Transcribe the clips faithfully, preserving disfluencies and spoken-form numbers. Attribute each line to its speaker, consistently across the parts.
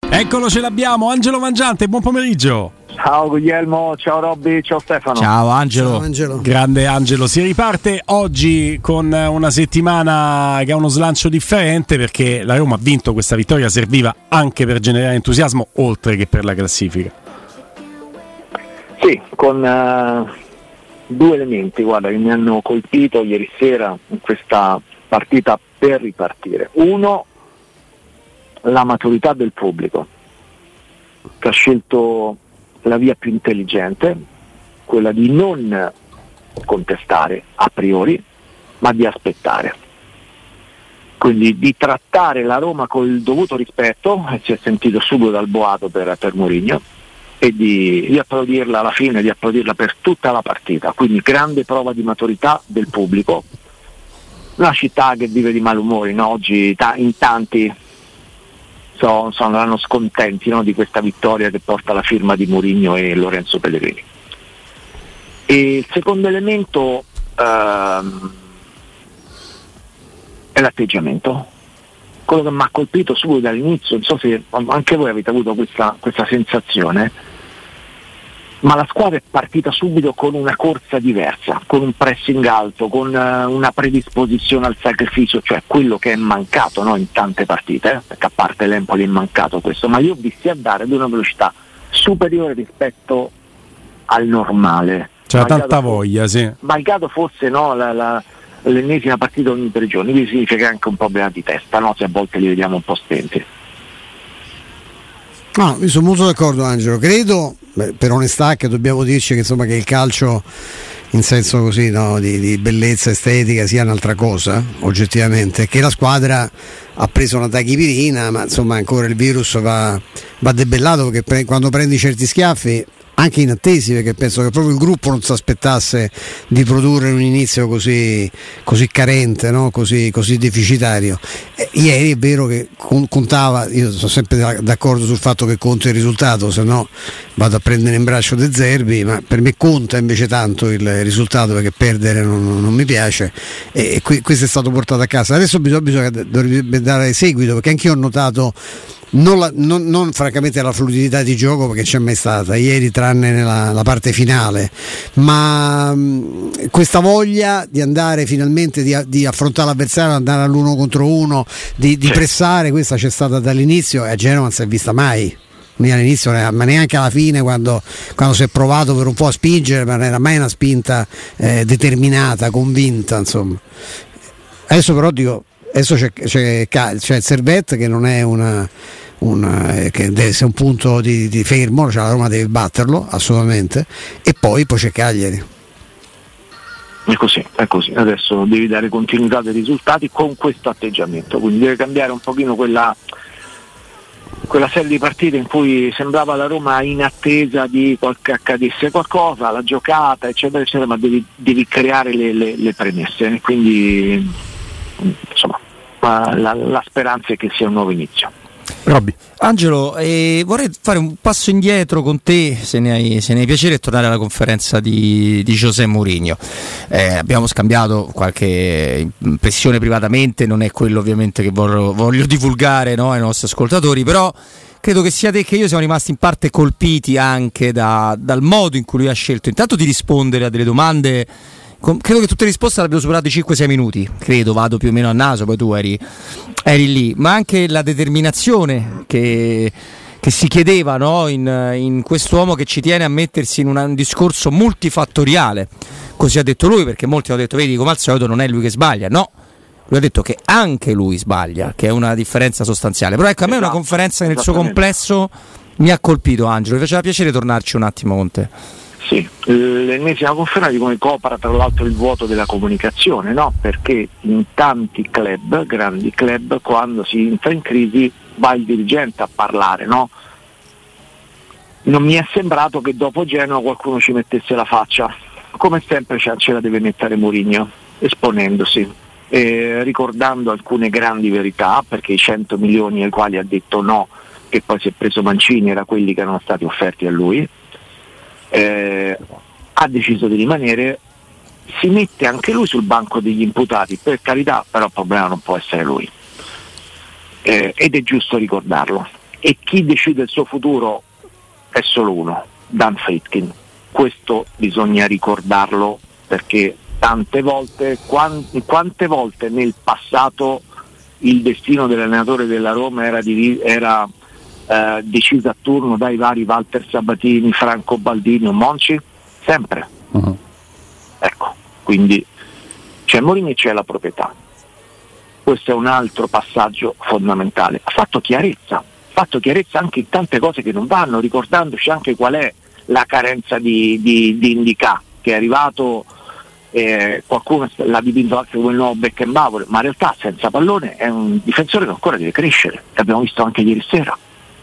Speaker 1: Eccolo, ce l'abbiamo, Angelo Mangiante, buon pomeriggio.
Speaker 2: Ciao Guglielmo, ciao Robby, ciao Stefano.
Speaker 1: Ciao Angelo.
Speaker 3: Ciao Angelo.
Speaker 1: Grande Angelo, si riparte oggi con una settimana che ha uno slancio differente, perché la Roma ha vinto, questa vittoria serviva anche per generare entusiasmo oltre che per la classifica.
Speaker 2: Sì, con uh, due elementi, guarda, che mi hanno colpito ieri sera in questa partita per ripartire. Uno, la maturità del pubblico, che ha scelto la via più intelligente, quella di non contestare a priori, ma di aspettare. Quindi di trattare la Roma col dovuto rispetto, e si è sentito subito dal boato per, per Mourinho, e di, di applaudirla alla fine, di applaudirla per tutta la partita. Quindi grande prova di maturità del pubblico. Una città che vive di malumori, no? Oggi ta- in tanti so, saranno scontenti, no? Di questa vittoria che porta la firma di Mourinho e Lorenzo Pellegrini. E il secondo elemento ehm, è l'atteggiamento. Quello che mi ha colpito subito dall'inizio, non so se anche voi avete avuto questa, questa sensazione, ma la squadra è partita subito con una corsa diversa, con un pressing alto, con uh, una predisposizione al sacrificio, cioè quello che è mancato, no, in tante partite, eh? Perché a parte l'Empoli è mancato questo, ma io ho visti andare ad una velocità superiore rispetto al normale.
Speaker 1: C'era tanta voglia, sì.
Speaker 2: Malgrado fosse, no, la, la, l'ennesima partita ogni tre giorni, quindi significa che è anche un problema di testa, no? Se a volte li vediamo un po' spenti.
Speaker 3: No, io sono molto d'accordo Angelo, credo, beh, per onestà, che dobbiamo dirci che insomma che il calcio in senso così, no, di, di bellezza estetica sia un'altra cosa, oggettivamente, che la squadra ha preso una tachipirina, ma insomma ancora il virus va, va debellato, perché pre- quando prendi certi schiaffi, anche inattesi, perché penso che proprio il gruppo non si aspettasse di produrre un inizio così, così carente, no? così, così deficitario. E ieri è vero che contava, io sono sempre d'accordo sul fatto che conta il risultato, se no vado a prendere in braccio De Zerbi, ma per me conta invece tanto il risultato, perché perdere non, non mi piace, e qui, questo è stato portato a casa. Adesso bisogna, bisogna dovrebbe dare seguito, perché anch'io ho notato Non, la, non, non francamente la fluidità di gioco, perché c'è mai stata ieri, tranne nella la parte finale, ma mh, questa voglia di andare finalmente, di, di affrontare l'avversario, andare all'uno contro uno, di, di pressare, questa c'è stata dall'inizio, e a Genova non si è vista mai, né all'inizio ma neanche alla fine, quando, quando si è provato per un po' a spingere, ma non era mai una spinta eh, determinata, convinta, insomma. Adesso però dico, adesso c'è, c'è, c'è il Servette, che non è una, una che deve essere un punto di, di fermo, cioè la Roma deve batterlo assolutamente, e poi poi c'è Cagliari.
Speaker 2: È così, è così. Adesso devi dare continuità dei risultati con questo atteggiamento, quindi deve cambiare un pochino quella quella serie di partite in cui sembrava la Roma in attesa di qualche accadesse qualcosa, la giocata eccetera eccetera, ma devi, devi creare le, le, le premesse, quindi insomma la, la speranza è che sia un nuovo inizio.
Speaker 1: Robby.
Speaker 4: Angelo, eh, vorrei fare un passo indietro con te, se ne hai, se ne hai piacere, e tornare alla conferenza di, di José Mourinho. Eh, abbiamo scambiato qualche impressione privatamente, non è quello ovviamente che voglio, voglio divulgare, no, ai nostri ascoltatori, però credo che sia te che io siamo rimasti in parte colpiti anche da, dal modo in cui lui ha scelto intanto di rispondere a delle domande. Credo che tutte le risposte abbiano superato i cinque sei minuti, credo, vado più o meno a naso, poi tu eri, eri lì, ma anche la determinazione che, che si chiedeva, no? in, in quest'uomo che ci tiene a mettersi in un, un discorso multifattoriale, così ha detto lui, perché molti hanno detto, vedi, come al solito non è lui che sbaglia, no, lui ha detto che anche lui sbaglia, che è una differenza sostanziale, però ecco, a me è una conferenza che nel suo complesso mi ha colpito. Angelo, mi faceva piacere tornarci un attimo con te.
Speaker 2: Sì, l'ennesima conferma di come coopera tra l'altro il vuoto della comunicazione, no? Perché in tanti club, grandi club, quando si entra in crisi va il dirigente a parlare, no? Non mi è sembrato che dopo Genova qualcuno ci mettesse la faccia, come sempre ce la deve mettere Mourinho, esponendosi, e ricordando alcune grandi verità, perché i cento milioni ai quali ha detto no, che poi si è preso Mancini, era quelli che erano stati offerti a lui. Eh, ha deciso di rimanere, si mette anche lui sul banco degli imputati, per carità, però il problema non può essere lui, eh, ed è giusto ricordarlo. e chi decide il suo futuro è solo uno, Dan Friedkin. Questo bisogna ricordarlo, perché tante volte, quante, quante volte nel passato il destino dell'allenatore della Roma era, div- era eh, deciso a turno dai vari Walter Sabatini, Franco Baldini o Monci? Sempre. Uh-huh. Ecco, quindi c'è Mourinho e c'è la proprietà. Questo è un altro passaggio fondamentale. Ha fatto chiarezza, ha fatto chiarezza anche in tante cose che non vanno, ricordandoci anche qual è la carenza di, di, di Indicà, che è arrivato, eh, qualcuno l'ha dipinto anche come il nuovo Beckenbauer, ma in realtà senza pallone è un difensore che ancora deve crescere, l'abbiamo visto anche ieri sera.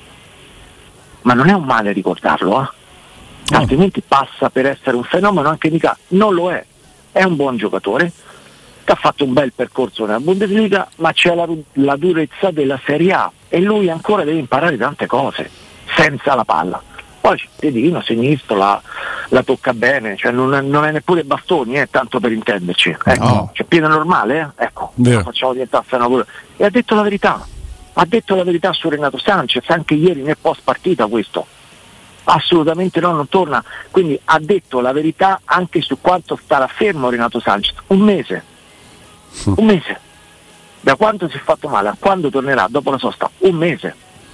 Speaker 2: Ma non è un male ricordarlo, eh? No. Altrimenti passa per essere un fenomeno anche Indicà. Non lo è, è un buon giocatore che ha fatto un bel percorso nella Bundesliga, ma c'è la, la durezza della Serie A e lui ancora deve imparare tante cose senza la palla. Poi piedino sinistro la, la tocca bene, cioè non è, non è neppure bastoni, eh, tanto per intenderci, ecco. No. Cioè piede normale, eh? Ecco, yeah. Facciamo diventare una. E ha detto la verità, ha detto la verità su Renato Sanchez anche ieri nel post partita, questo assolutamente no, non torna, quindi ha detto la verità anche su quanto starà fermo Renato Sanchez, un mese un mese da quando si è fatto male a quando tornerà dopo la sosta, un mese.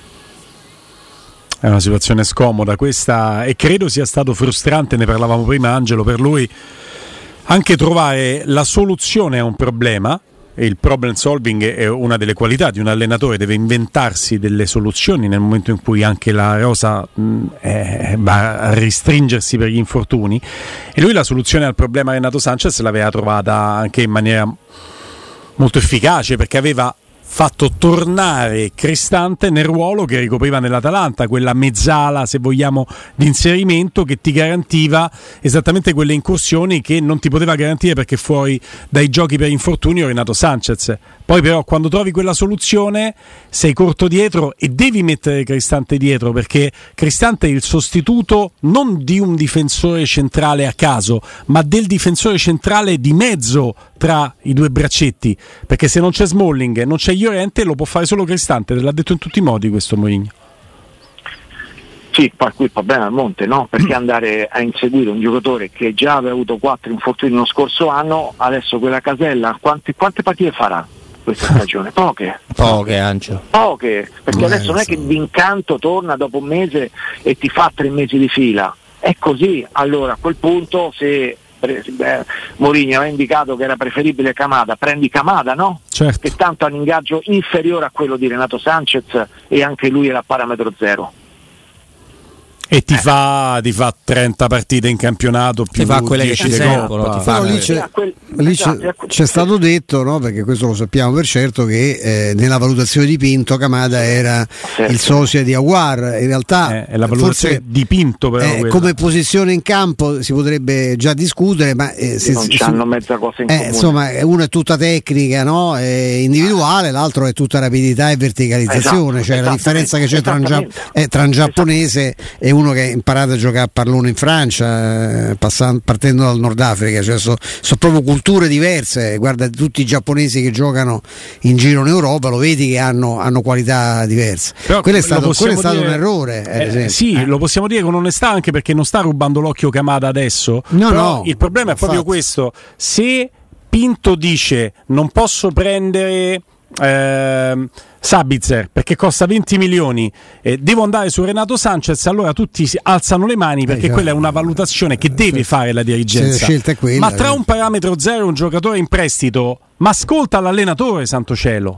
Speaker 1: È una situazione scomoda questa, e credo sia stato frustrante, ne parlavamo prima Angelo, per lui anche trovare la soluzione a un problema. E il problem solving è una delle qualità di un allenatore, deve inventarsi delle soluzioni nel momento in cui anche la rosa mh, è, va a restringersi per gli infortuni, e lui la soluzione al problema Renato Sanchez l'aveva trovata anche in maniera molto efficace, perché aveva fatto tornare Cristante nel ruolo che ricopriva nell'Atalanta, quella mezzala, se vogliamo, di inserimento che ti garantiva esattamente quelle incursioni che non ti poteva garantire, perché fuori dai giochi per infortunio Renato Sanchez. Poi però quando trovi quella soluzione sei corto dietro e devi mettere Cristante dietro, perché Cristante è il sostituto non di un difensore centrale a caso, ma del difensore centrale di mezzo tra i due braccetti, perché se non c'è Smalling, non c'è Llorente, lo può fare solo Cristante, l'ha detto in tutti i modi questo Mourinho.
Speaker 2: Sì, poi qui il problema è il monte, no? Perché andare a inseguire un giocatore che già aveva avuto quattro infortuni lo scorso anno, adesso quella casella, quante, quante partite farà questa stagione? Poche.
Speaker 4: Poche, Angelo.
Speaker 2: Poche, perché adesso non è che d'incanto torna dopo un mese e ti fa tre mesi di fila. È così, allora a quel punto se eh, Mourinho ha indicato che era preferibile Kamada, prendi Kamada, no?
Speaker 1: Certo.
Speaker 2: Che tanto ha un ingaggio inferiore a quello di Renato Sanchez e anche lui era a parametro zero.
Speaker 1: E ti, eh. fa, ti fa trenta partite in campionato, più
Speaker 4: ti fa quelle che ci
Speaker 3: servono.
Speaker 4: Fa
Speaker 3: lì c'è, lì c'è, c'è stato detto, no? Perché questo lo sappiamo per certo, che eh, nella valutazione di Pinto Kamada era certo. il sosia di Aouar. In realtà
Speaker 1: eh, è la valutazione forse, di Pinto però
Speaker 3: eh, come posizione in campo si potrebbe già discutere, ma eh, se,
Speaker 2: non
Speaker 3: se,
Speaker 2: hanno mezza cosa in
Speaker 3: eh,
Speaker 2: comune.
Speaker 3: Insomma, uno è tutta tecnica, no? È individuale, l'altro è tutta rapidità e verticalizzazione. Esatto, cioè la differenza che c'è tra un, gia- eh, tra un giapponese e uno che è imparato a giocare a pallone in Francia, eh, passando, partendo dal Nord Africa, cioè sono so proprio culture diverse. Guarda tutti i giapponesi che giocano in giro in Europa, lo vedi che hanno, hanno qualità diverse. Però quello è stato, quello è stato dire, un errore.
Speaker 1: Eh, sì, eh. lo possiamo dire con onestà, anche perché non sta rubando l'occhio Kamada adesso.
Speaker 3: No, no,
Speaker 1: il problema è proprio fatto. questo. Se Pinto dice non posso prendere Eh, Sabitzer perché costa venti milioni, eh, devo andare su Renato Sanchez, allora tutti si alzano le mani, perché eh, quella è una valutazione che deve fare la dirigenza.
Speaker 3: La quella,
Speaker 1: ma tra un parametro zero e un giocatore in prestito, ma ascolta l'allenatore, santo cielo.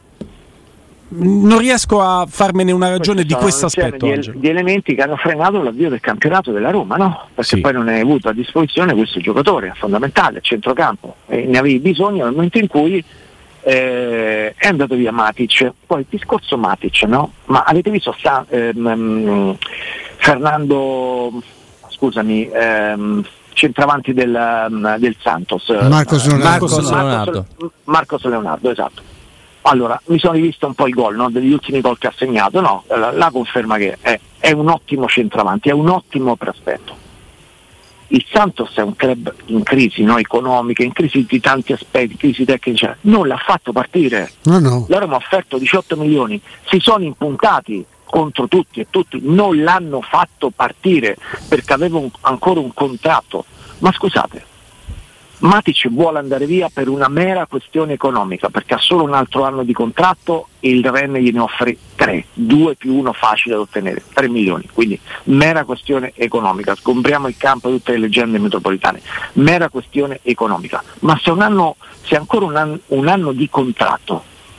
Speaker 1: Non riesco a farmene una ragione di questo aspetto.
Speaker 2: Di, di elementi che hanno frenato l'avvio del campionato della Roma, no? Perché
Speaker 1: sì.
Speaker 2: poi non hai avuto a disposizione questo giocatore fondamentale a centrocampo, e ne avevi bisogno nel momento in cui Eh, è andato via Matic. Poi il discorso Matic, no? Ma avete visto sta, ehm, Fernando, scusami, ehm, centravanti del, del Santos,
Speaker 3: Marcos Leonardo.
Speaker 4: Marcos Leonardo.
Speaker 2: Marcos Leonardo, esatto. Allora, mi sono rivisto un po' i gol, no? Degli ultimi gol che ha segnato, no? La, la conferma che è, è un ottimo centravanti, è un ottimo prospetto. Il Santos è un club in crisi, no? Economica, in crisi di tanti aspetti, crisi tecnica, non l'ha fatto partire.
Speaker 3: No, no.
Speaker 2: La Roma ha offerto diciotto milioni, si sono impuntati contro tutti e tutti non l'hanno fatto partire perché aveva un, ancora un contratto. Ma scusate, Matic vuole andare via per una mera questione economica, perché ha solo un altro anno di contratto e il Rennes gliene offre tre, due più uno facile da ottenere, tre milioni, quindi mera questione economica. Sgombriamo il campo di tutte le leggende metropolitane, mera questione economica. Ma se un anno, se ancora un anno, un anno di contratto,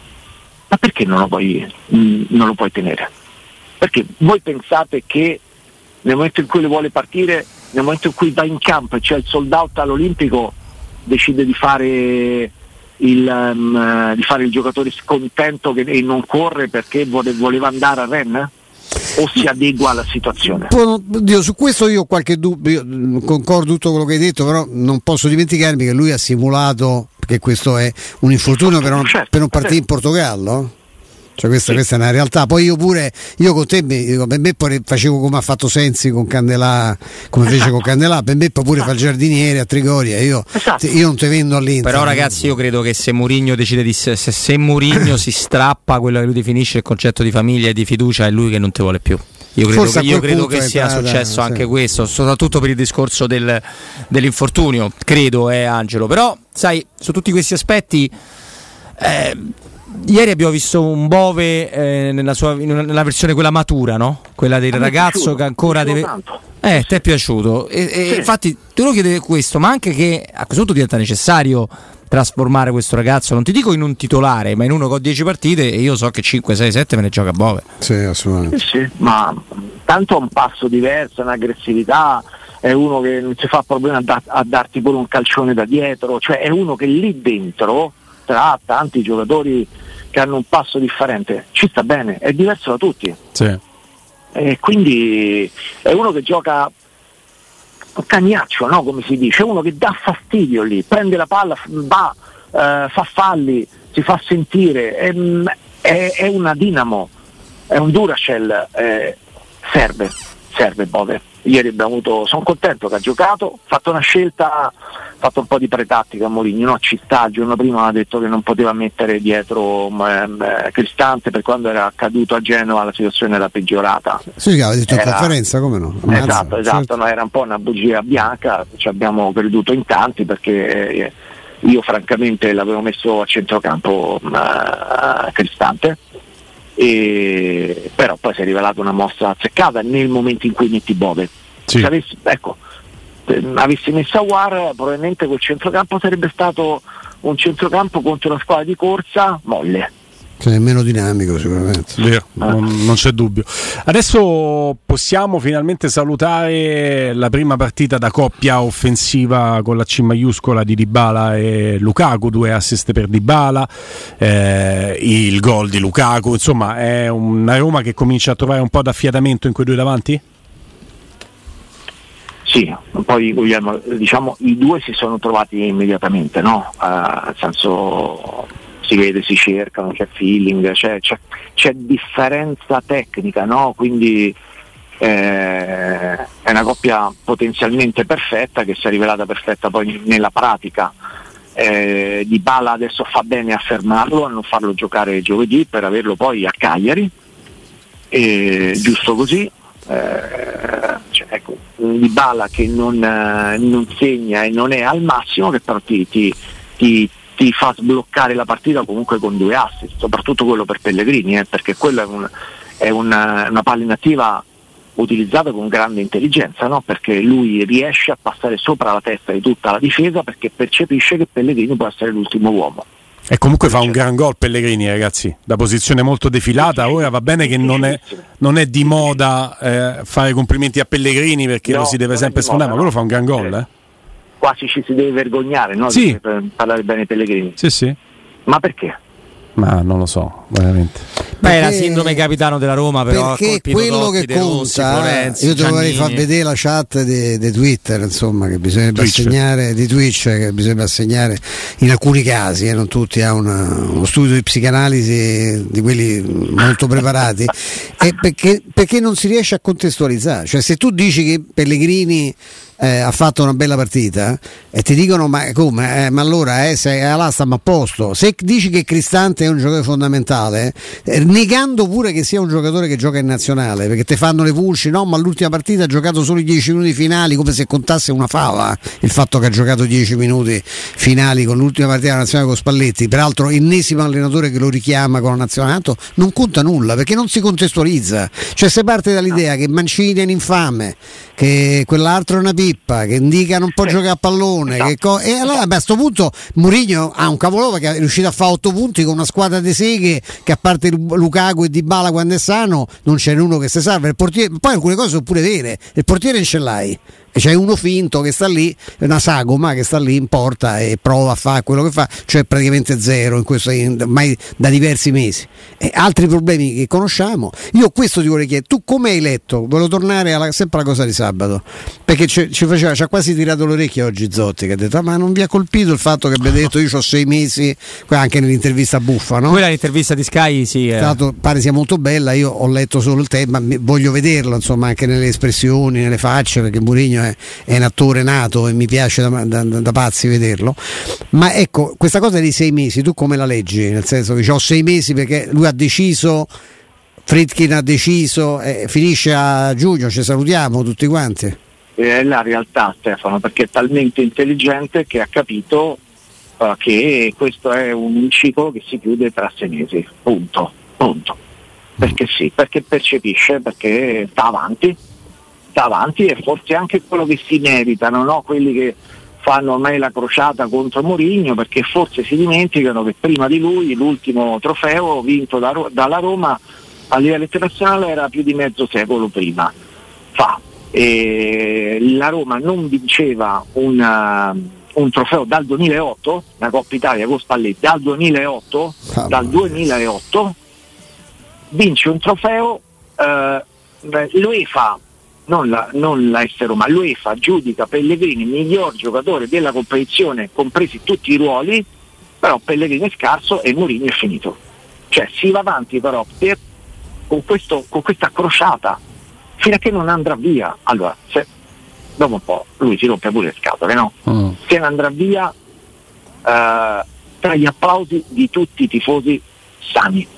Speaker 2: ma perché non lo puoi, mh, non lo puoi tenere? Perché voi pensate che nel momento in cui le vuole partire, nel momento in cui va in campo e c'è il sold out all'Olimpico, decide di fare il, um, di fare il giocatore scontento che, e non corre perché vole, voleva andare a Rennes? O si adegua alla situazione?
Speaker 3: Dio, su questo io ho qualche dubbio, io concordo tutto quello che hai detto, però non posso dimenticarmi che lui ha simulato, perché questo è un infortunio per non,
Speaker 2: certo,
Speaker 3: per non partire
Speaker 2: certo.
Speaker 3: in Portogallo. Cioè questa,
Speaker 2: Sì.
Speaker 3: questa è una realtà. Poi io pure, io con te mi, per me poi facevo come ha fatto Sensi con Candelà, come
Speaker 2: esatto.
Speaker 3: fece con Candelà, per me poi pure esatto. fa il giardiniere a Trigoria, io,
Speaker 2: esatto.
Speaker 3: io non te vendo all'Inter.
Speaker 4: Però ragazzi, io credo che se Mourinho decide di se, se, se Mourinho si strappa quello che lui definisce il concetto di famiglia e di fiducia, è lui che non ti vuole più. Io credo
Speaker 3: Forse
Speaker 4: che, io credo che sia
Speaker 3: entrata,
Speaker 4: successo
Speaker 3: sì.
Speaker 4: anche questo, soprattutto per il discorso del, dell'infortunio, credo, eh, Angelo. Però, sai, su tutti questi aspetti, eh, ieri abbiamo visto un Bove eh, nella, sua, nella versione quella matura, no? Quella del ragazzo
Speaker 2: piaciuto,
Speaker 4: che ancora deve.
Speaker 2: Tanto.
Speaker 4: Eh, ti è piaciuto. E, e
Speaker 2: sì.
Speaker 4: Infatti, te lo chiede questo, ma anche che a questo punto diventa necessario trasformare questo ragazzo, non ti dico in un titolare, ma in uno con dieci partite, e io so che cinque, sei, sette me ne gioca Bove.
Speaker 3: Sì, assolutamente.
Speaker 2: Sì, sì, ma tanto ha un passo diverso, un'aggressività, è uno che non si fa problema a, da- a darti pure un calcione da dietro, cioè è uno che lì dentro, tra tanti giocatori che hanno un passo differente, ci sta bene, è diverso da tutti.
Speaker 1: Sì.
Speaker 2: E quindi è uno che gioca un cagnaccio, no? Come si dice, è uno che dà fastidio lì, prende la palla, va, eh, fa falli, si fa sentire, è, è, è una dinamo, è un Duracell, eh, serve, serve Bove. Ieri abbiamo avuto, sono contento che ha giocato, ha fatto una scelta, ha fatto un po' di pretattica a Mourinho, no? Ci sta, il giorno prima ha detto che non poteva mettere dietro eh, Cristante, per quando era accaduto a Genova la situazione era peggiorata.
Speaker 3: Sì, aveva detto
Speaker 2: Era,
Speaker 3: in conferenza, come no? Ammazza,
Speaker 2: esatto, esatto,
Speaker 3: certo.
Speaker 2: no, era un po' una bugia bianca, ci abbiamo creduto in tanti perché eh, io francamente l'avevo messo a centrocampo eh, Cristante. E però poi si è rivelata una mossa azzeccata nel momento in cui metti Bove.
Speaker 1: Sì.
Speaker 2: Se avessi, ecco, se avessi messo Aouar, probabilmente quel centrocampo sarebbe stato un centrocampo contro una squadra di corsa molle.
Speaker 3: Sì, è meno dinamico sicuramente.
Speaker 1: Vero, non, non c'è dubbio. Adesso possiamo finalmente salutare la prima partita da coppia offensiva con la C maiuscola di Dybala e Lukaku, due assist per Dybala, eh, il gol di Lukaku, insomma è una Roma che comincia a trovare un po' d'affiatamento in quei due davanti?
Speaker 2: Sì, poi Guglielmo, diciamo i due si sono trovati immediatamente, no? Uh, nel senso si vede, si cercano, c'è feeling, c'è, c'è, c'è differenza tecnica, no? Quindi eh, è una coppia potenzialmente perfetta che si è rivelata perfetta poi nella pratica. Eh, Dybala adesso fa bene a fermarlo, a non farlo giocare giovedì per averlo poi a Cagliari, e, giusto così. Eh, cioè, ecco, Dybala che non, eh, non segna e non è al massimo, che però ti, ti, ti ti fa sbloccare la partita comunque con due assist, soprattutto quello per Pellegrini, eh, perché quello è, un, è una, una palla inattiva utilizzata con grande intelligenza, no? Perché lui riesce a passare sopra la testa di tutta la difesa perché percepisce che Pellegrini può essere l'ultimo uomo.
Speaker 1: E comunque fa un gran gol Pellegrini, ragazzi, da posizione molto defilata. Ora va bene che non è, non è di moda eh, fare complimenti a Pellegrini perché
Speaker 2: no,
Speaker 1: lo si deve sempre sfondare, ma quello fa un gran gol, eh?
Speaker 2: Quasi ci si deve vergognare, no?
Speaker 1: Sì.
Speaker 2: Per parlare bene di Pellegrini.
Speaker 1: Sì, sì.
Speaker 2: Ma perché?
Speaker 1: Ma non lo so, veramente.
Speaker 4: Beh, la sindrome capitano della Roma, però
Speaker 3: perché quello
Speaker 4: Totti,
Speaker 3: che
Speaker 4: De Rossi,
Speaker 3: conta,
Speaker 4: Florenzi,
Speaker 3: io dovrei
Speaker 4: Giannini.
Speaker 3: far vedere la chat di, di Twitter, insomma, che bisognerebbe
Speaker 1: Twitch.
Speaker 3: assegnare di Twitch, che bisognerebbe assegnare in alcuni casi, eh, non tutti, ha una, uno studio di psicanalisi di quelli molto preparati, e perché, perché non si riesce a contestualizzare. Cioè, se tu dici che Pellegrini Eh, ha fatto una bella partita e ti dicono ma come, eh, ma allora eh, sei all'asta ma a posto, se dici che Cristante è un giocatore fondamentale mentale, eh, negando pure che sia un giocatore che gioca in nazionale, perché te fanno le pulci, no, ma l'ultima partita ha giocato solo i dieci minuti finali, come se contasse una fava il fatto che ha giocato dieci minuti finali con l'ultima partita della nazionale con Spalletti, peraltro ennesimo allenatore che lo richiama con la nazionale, non conta nulla perché non si contestualizza, cioè se parte dall'idea che Mancini è un infame, che quell'altro è una pippa, che indica non può eh, giocare a pallone, esatto. che co- e allora beh, a sto punto Mourinho ha un cavolò che è riuscito a fare otto punti con una squadra di seghe che a parte Lukaku e Dybala quando è sano non c'è uno che si salva, il portiere, poi alcune cose sono pure vere, il portiere ce l'hai, c'è uno finto che sta lì, una sagoma che sta lì in porta e prova a fare quello che fa, cioè praticamente zero in questo, ormai da diversi mesi. E altri problemi che conosciamo. Io questo ti vorrei chiedere, tu come hai letto? Volevo tornare alla, sempre alla cosa di sabato, perché ci, ci faceva, ci ha quasi tirato l'orecchio oggi Zotti, che ha detto ah, ma non vi ha colpito il fatto che abbia detto io ho sei mesi, anche nell'intervista buffa, no?
Speaker 4: Quella l'intervista di Sky sì, è
Speaker 3: stato, pare sia molto bella, io ho letto solo il tema, voglio vederlo insomma anche nelle espressioni, nelle facce, perché Mourinho è, è un attore nato e mi piace da, da, da pazzi vederlo. Ma ecco, questa cosa dei sei mesi tu come la leggi? Nel senso che ho sei mesi perché lui ha deciso, Friedkin ha deciso, eh, finisce a giugno, ci salutiamo tutti quanti.
Speaker 2: È la realtà, Stefano, perché è talmente intelligente che ha capito uh, che questo è un ciclo che si chiude tra sei mesi, punto, punto. Perché sì, perché percepisce, perché sta avanti, sta avanti e forse anche quello che si meritano, no? Quelli che fanno ormai la crociata contro Mourinho, perché forse si dimenticano che prima di lui l'ultimo trofeo vinto da, dalla Roma a livello internazionale era più di mezzo secolo prima fa. E la Roma non vinceva una, un trofeo dal duemilaotto, la Coppa Italia con Spalletti, dal duemilaotto, ah, dal duemilaotto vince un trofeo, eh, l'UEFA, non la, non la S Roma, l'UEFA giudica Pellegrini miglior giocatore della competizione, compresi tutti i ruoli, però Pellegrini è scarso e Mourinho è finito. Cioè si va avanti però per, con, questo, con questa crociata fino a che non andrà via. Allora, se, dopo un po' lui si rompe pure le scatole, no? Mm. Se ne andrà via eh, tra gli applausi di tutti i tifosi sani.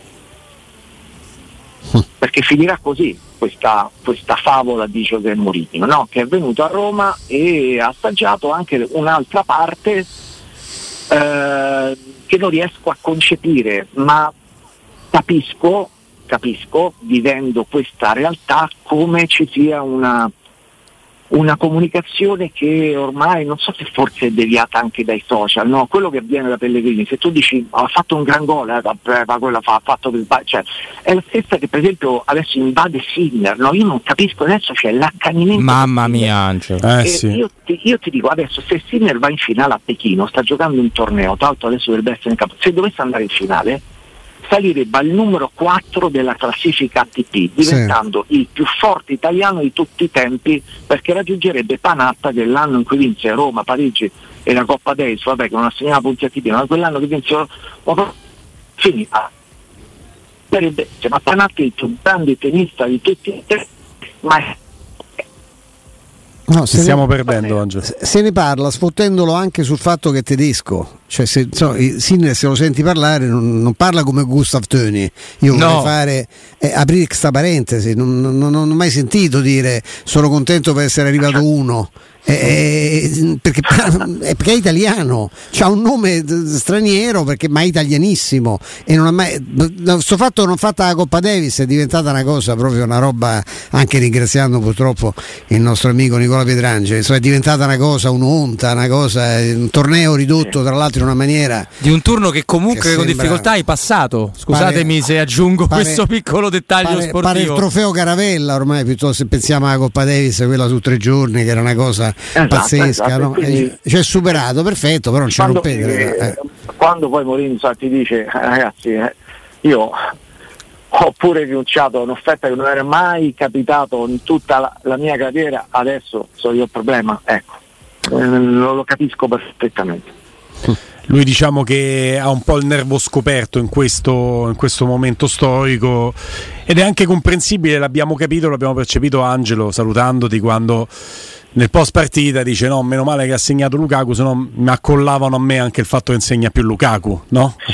Speaker 2: Mm. Perché finirà così questa, questa favola di José Mourinho, no? Che è venuto a Roma e ha assaggiato anche un'altra parte eh, che non riesco a concepire, ma capisco capisco vivendo questa realtà come ci sia una una comunicazione che ormai non so se forse è deviata anche dai social, no? Quello che avviene da Pellegrini, se tu dici ha fatto un gran gol, eh, ma quello fa, ha fatto del, cioè, è la stessa che per esempio adesso invade Sinner, no? Io non capisco, adesso c'è l'accanimento.
Speaker 4: Mamma mia, Angelo.
Speaker 1: Eh, sì.
Speaker 2: io, ti, io ti dico adesso, se Sinner va in finale a Pechino, sta giocando un torneo, tra l'altro adesso dovrebbe essere in campo, se dovesse andare in finale salirebbe al numero quattro della classifica A T P, diventando sì. il più forte italiano di tutti i tempi, perché raggiungerebbe Panatta dell'anno in cui vinse Roma, Parigi e la Coppa Davis, vabbè che non assegnava punti A T P, ma quell'anno che vinse finita. Sarebbe, cioè, ma Panatta è il più grande tennista di tutti i tempi, ma
Speaker 3: no,
Speaker 1: se stiamo ne, perdendo Angelo.
Speaker 3: Se ne parla sfottendolo anche sul fatto che è tedesco, cioè se, insomma, Sinner se lo senti parlare non, non parla come Gustav Töni. Io vorrei no. fare eh, aprire questa parentesi, non, non, non ho mai sentito dire sono contento per essere arrivato uno. Eh, perché, perché è italiano, c'ha un nome straniero perché ma è italianissimo e non ha mai sto fatto non fatta la Coppa Davis è diventata una cosa proprio una roba, anche ringraziando purtroppo il nostro amico Nicola Pietrangeli, insomma è diventata una cosa un'onta, una cosa, un torneo ridotto tra l'altro in una maniera
Speaker 4: di un turno che comunque che con sembra... difficoltà hai passato, scusatemi pare, se aggiungo pare, questo piccolo dettaglio
Speaker 3: pare,
Speaker 4: sportivo,
Speaker 3: pare il trofeo Caravella ormai, piuttosto se pensiamo alla Coppa Davis quella su tre giorni che era una cosa esatto, pazzesca, esatto, no? Quindi, cioè superato, perfetto, però non c'è rompere.
Speaker 2: Eh, eh. Quando poi Mourinho ti dice eh, ragazzi eh, io ho pure rinunciato a un'offerta che non era mai capitato in tutta la, la mia carriera, adesso so io il problema, ecco, eh, lo, lo capisco perfettamente.
Speaker 1: Lui diciamo che ha un po' il nervo scoperto in questo, in questo momento storico ed è anche comprensibile, l'abbiamo capito, l'abbiamo percepito Angelo salutandoti quando nel post partita dice no, meno male che ha segnato Lukaku, se no mi accollavano a me anche il fatto che insegna più Lukaku, no?
Speaker 2: Sì,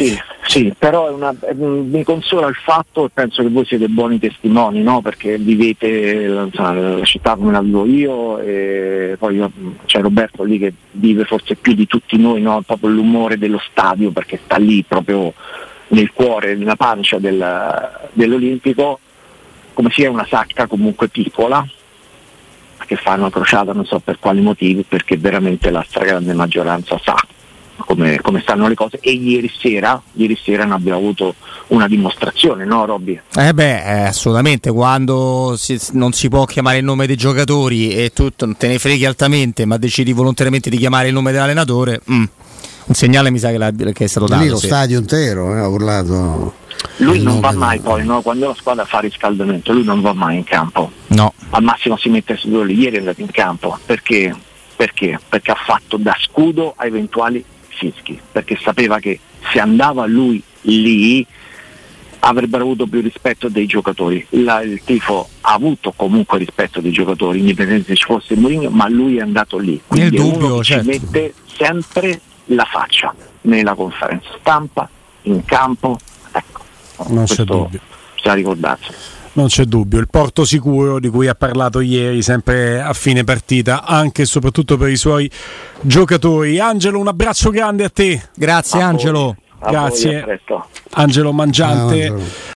Speaker 2: Sì, però è una, mi consola il fatto, e penso che voi siete buoni testimoni, no? Perché vivete insomma, la città come la vivo io, e poi io, c'è Roberto lì che vive forse più di tutti noi, no? Proprio l'umore dello stadio, perché sta lì proprio nel cuore, nella pancia del, dell'Olimpico, come sia una sacca comunque piccola, che fa una crociata non so per quali motivi, perché veramente la stragrande maggioranza sa come, come stanno le cose, e ieri sera ieri sera ne abbiamo avuto una dimostrazione, no Robby?
Speaker 4: Eh beh, eh, assolutamente, quando si, non si può chiamare il nome dei giocatori e tu te ne freghi altamente, ma decidi volontariamente di chiamare il nome dell'allenatore, mm, un segnale mi sa che, la, che è stato dato.
Speaker 3: Lì lo
Speaker 4: sì.
Speaker 3: stadio intero eh, ha urlato.
Speaker 2: Lui non va mai poi, no? Quando la squadra fa riscaldamento, lui non va mai in campo.
Speaker 4: No.
Speaker 2: Al massimo si mette seduto lì. Ieri è andato in campo. Perché? Perché? Perché ha fatto da scudo a eventuali fischi. Perché sapeva che se andava lui lì avrebbero avuto più rispetto dei giocatori. La, il tifo ha avuto comunque rispetto dei giocatori, indipendentemente se ci fosse Mourinho, ma lui è andato lì. Quindi
Speaker 4: Nel dubbio,
Speaker 2: uno che
Speaker 4: certo.
Speaker 2: ci mette sempre la faccia nella conferenza stampa, in campo. Ecco.
Speaker 1: Non c'è
Speaker 2: Questo
Speaker 1: dubbio.
Speaker 2: bisogna ricordarsi.
Speaker 1: Non c'è dubbio, il porto sicuro di cui ha parlato ieri, sempre a fine partita, anche e soprattutto per i suoi giocatori. Angelo, un abbraccio grande a te.
Speaker 4: Grazie
Speaker 2: A
Speaker 4: Angelo.
Speaker 2: voi. A
Speaker 1: Grazie.
Speaker 2: voi, a presto.
Speaker 1: Angelo Mangiante.
Speaker 3: Ah,